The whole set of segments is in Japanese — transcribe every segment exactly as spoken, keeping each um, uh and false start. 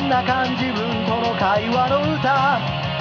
な感じ自分との会話の歌、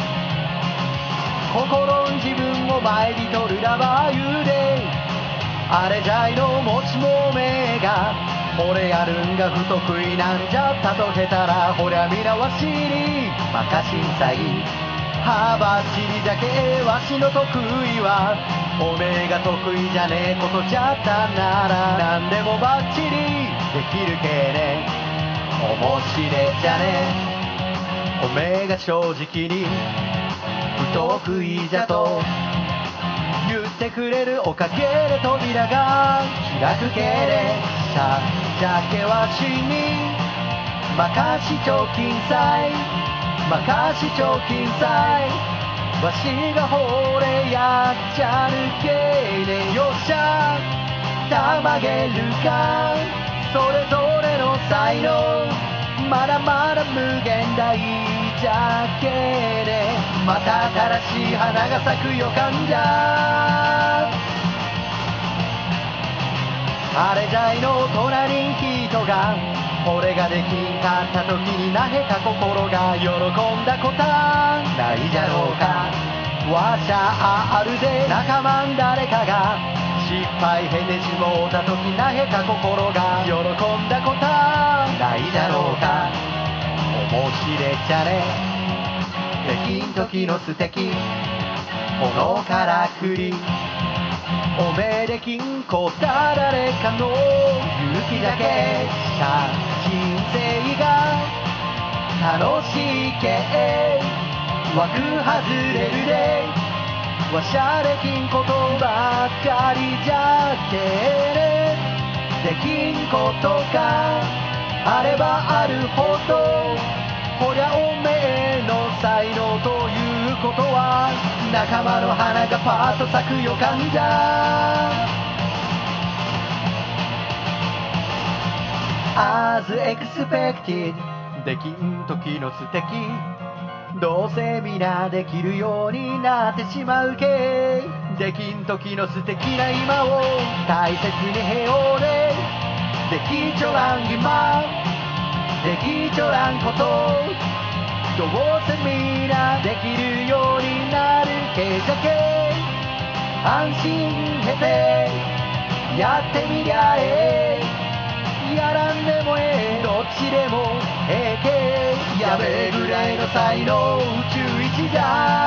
心に自分を前に取るラバーユーで、あれじゃいのもちもめが俺やるんが不得意なんじゃったとけたら、ほりゃ皆わしに任しんさい。はばっちりじゃけわしの得意はおめえが得意じゃねえことじゃったなら、なんでもばっちりできるけね、おもしれじゃねおめえが正直に不得意じゃと言ってくれるおかげで扉が開くけれ、さじゃけわしに任し貯金さい、任し貯金さい、わしがほれやっちゃるけね、よっしゃたまげるか、それぞれの才能まだまだ無限大じゃけね、また新しい花が咲く予感じゃ。あれじゃいの隣に人が俺ができんかった時になへた心が喜んだことないじゃろうか。わしゃあるで仲間ん誰かが失敗へてしもうた時なへた心が喜んだことないじゃろうか。おもしれちゃねできん時の素敵ものからくり、おめえできんこった誰かの勇気だけさ、人生が楽しいけ枠外れるで、わしゃできんことばっかりじゃけれ、できんことがあればあるほど、ほりゃおめえの才能ということは仲間の花がパッと咲く予感じゃ。 As expected できん時の素敵、どうせ皆できるようになってしまうけ、できん時の素敵な今を大切にへようで、できちょらん今できちょらんこと、どうせみんなできるようになるけじゃけ、安心へてやってみりゃええ、やらんでもええどっちでもええけ、やべえぐらいの才能宇宙一じゃ。